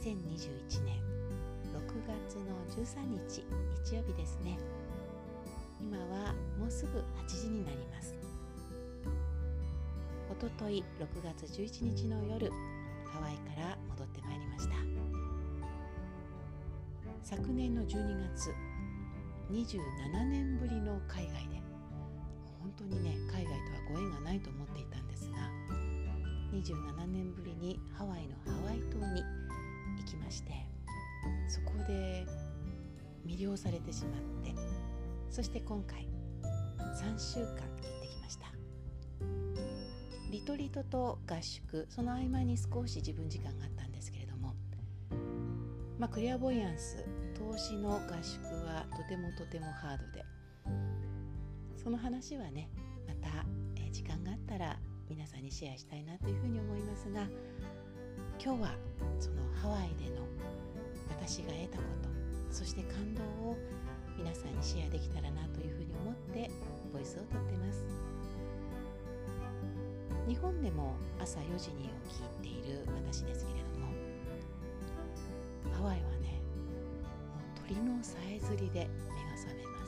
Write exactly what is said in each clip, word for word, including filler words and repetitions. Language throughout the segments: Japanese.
せんにじゅういちねんろくがつのじゅうさんにち日曜日ですね。今はもうすぐはちじになります。おとといろくがつじゅういちにちの夜、ハワイから戻ってまいりました。昨年のじゅうにがつ、にじゅうななねんぶりの海外で、本当にね海外とはご縁がないと思っていたんですが、にじゅうななねんぶりにハワイのハワイ島に行きまして、そこで魅了されてしまって、そして今回さんしゅうかん行ってきました。リトリートと合宿、その合間に少し自分時間があったんですけれども、まあ、クリアボイヤンス投資の合宿はとてもとてもハードで、その話はねまた、えー、時間があったら皆さんにシェアしたいなというふうに思いますが、今日はそのハワイでの私が得たこと、そして感動を皆さんにシェアできたらなというふうに思ってボイスをとっています。日本でも朝よじに起きている私ですけれども、ハワイはねもう鳥のさえずりで目が覚めます。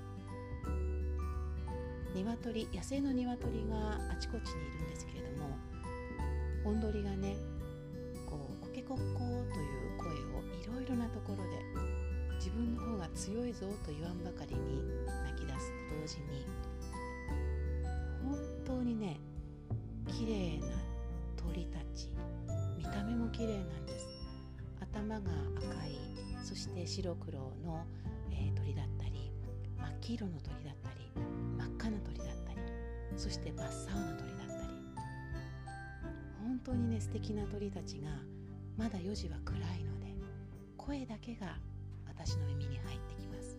鶏、野生の鶏があちこちにいるんですけれども、音鳥がねこうコケコッコーという声をいろいろなところで自分の方が強いぞと言わんばかりに鳴き出すと同時に、本当にね綺麗な鳥たち、見た目も綺麗なんです。頭が赤い、そして白黒の、えー、鳥だったり、真っ黄色の鳥だったり、真っ赤な鳥だったり、そして真っ青な鳥だったり、本当にね素敵な鳥たちが、まだよじは暗いので声だけが私の耳に入ってきます。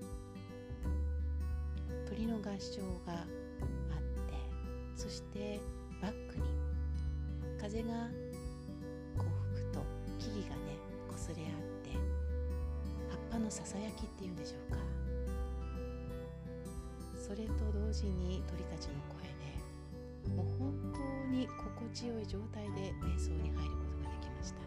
鳥の合唱があって、そしてバックに風がこう吹くと木々がね擦れ合って、葉っぱのささやきっていうんでしょうか、それと同時に鳥たちの声でもう本当に心地よい状態で瞑想に入ることができました。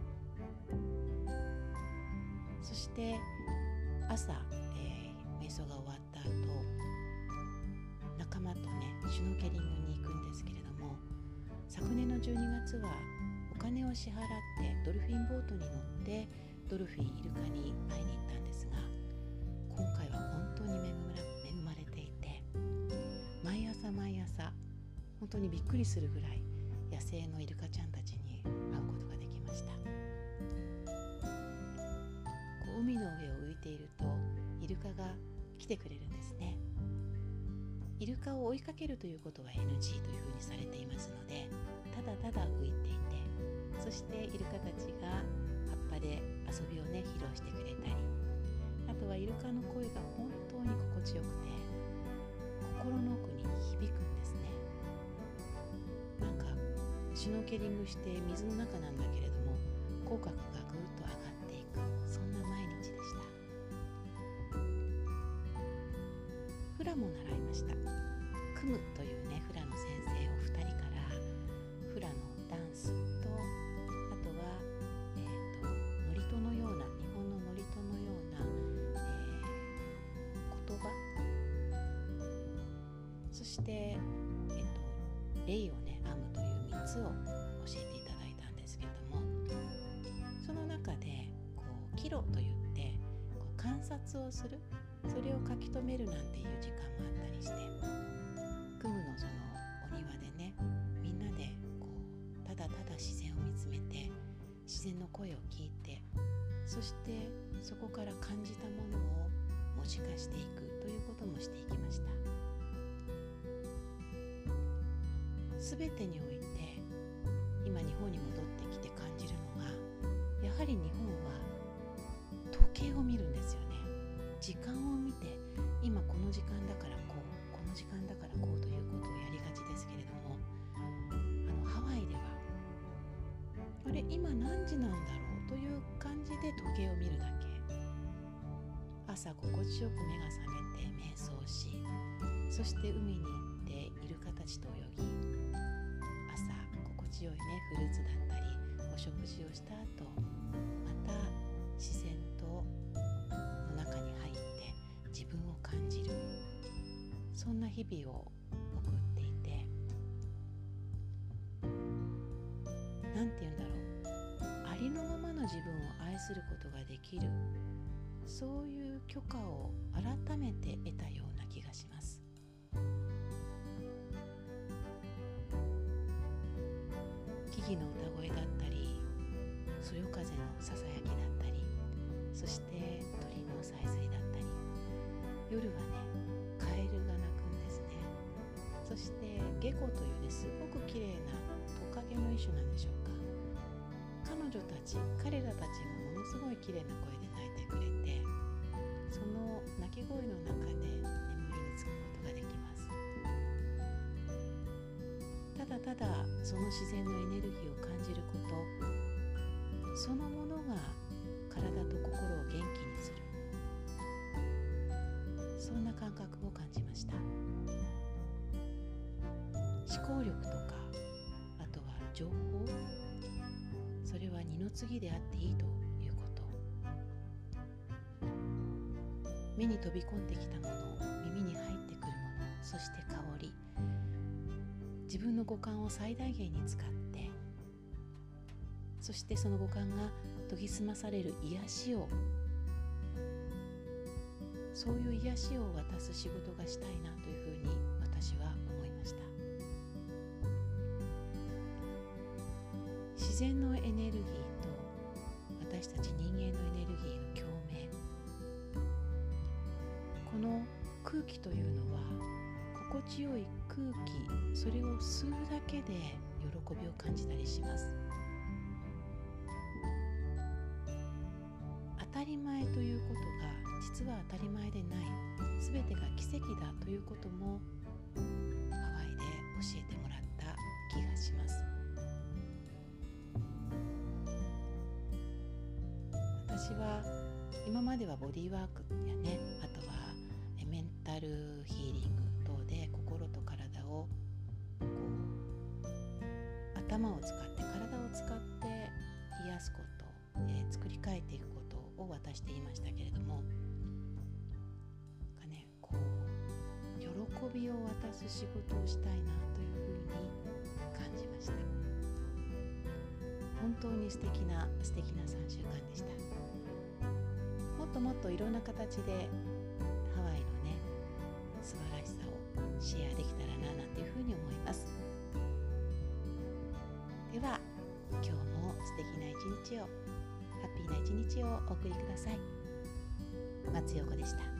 そして朝、えー、瞑想が終わった後、仲間とねシュノーケリングに行くんですけれども、昨年のじゅうにがつはお金を支払ってドルフィンボートに乗ってドルフィンイルカに会いに行ったんですが、今回は本当に恵まれていて、毎朝毎朝本当にびっくりするぐらい野生のイルカちゃんたちに会うことができました。こう海の上を浮いているとイルカが来てくれるんですね。イルカを追いかけるということは エヌジー というふうにされていますので、ただただ浮いていて、そしてイルカたちが葉っぱで遊びをね披露してくれたり、あとはイルカの声が本当に心地よくて心の奥に響くんですね。なんかシュノーケリングして水の中なんだけれども、口角がぐーっと上がっていく、そんな毎日でした。フラも習いました。クムというねフラの先生お二人からフラのダンスと、あとは、えー、と祝詞のような、日本の祝詞のような、えー、言葉、そして、えー、と礼をね編むというみっつを教えていただいたんですけれども、その中でこうキロといってこう観察をする、それを書き留めるなんていう時間もあったりして、クムのそのお庭でねみんなでこうただただ自然を見つめて、自然の声を聞いて、そしてそこから感じたものを文字化していくということもしていきました。すべてにおいて今日本に戻ってきて感じるのが、やはり日本は時計を見るんですよね。時間を見て、今この時間だからこう、この時間だからこうということをやりがちですけれども、あのハワイではあれ今何時なんだろうという感じで時計を見るだけ。朝心地よく目が覚めて瞑想し、そして海に行ってイルカたちと泳ぎ、朝心地よいねフルーツだったりお食事をした後、また自然との中に入って自分を感じる、そんな日々を送っていて、なんて言うんだろう、ありのままの自分を愛することができる、そういう許可を改めて得たような気がします。木々の歌声だったり、そよ風のささやきだったり、そして鳥のさえずりだったり、夜はね、カエルが鳴くんですね。そしてゲコというね、すごく綺麗なトカゲの一種なんでしょうか。彼女たち、彼らたちもものすごい綺麗な声で鳴いてくれて、その鳴き声の中で眠りにつくことができます。ただただその自然のエネルギーを感じること、そのものが体と心を元気にする、そんな感覚を感じました。思考力とか、あとは情報、それは二の次であっていいということ。目に飛び込んできたもの、耳に入ってくるもの、そして香り、自分の五感を最大限に使って、そしてその五感が研ぎ澄まされる癒しを、そういう癒しを渡す仕事がしたいなというふうに私は思いました。自然のエネルギーと私たち人間のエネルギーの共鳴、この空気というのは心地よい空気、それを吸うだけで喜びを感じたりします。当たり前ということが実は当たり前でない、すべてが奇跡だということもハワイで教えてもらった気がします。私は今まではボディーワークやね、あとはメンタルヒーリング等で心と体をこう頭を使って体を使って癒やすこと、えー、作り変えていくことを渡していましたけれども、かね、こう喜びを渡す仕事をしたいなというふうに感じました。本当に素敵な素敵なさんしゅうかんでした。もっともっといろんな形でハワイのね、素晴らしさをシェアできたらななんていうふうに思います。では今日も素敵な一日を、ハッピーな一日をお送りください。松陽子でした。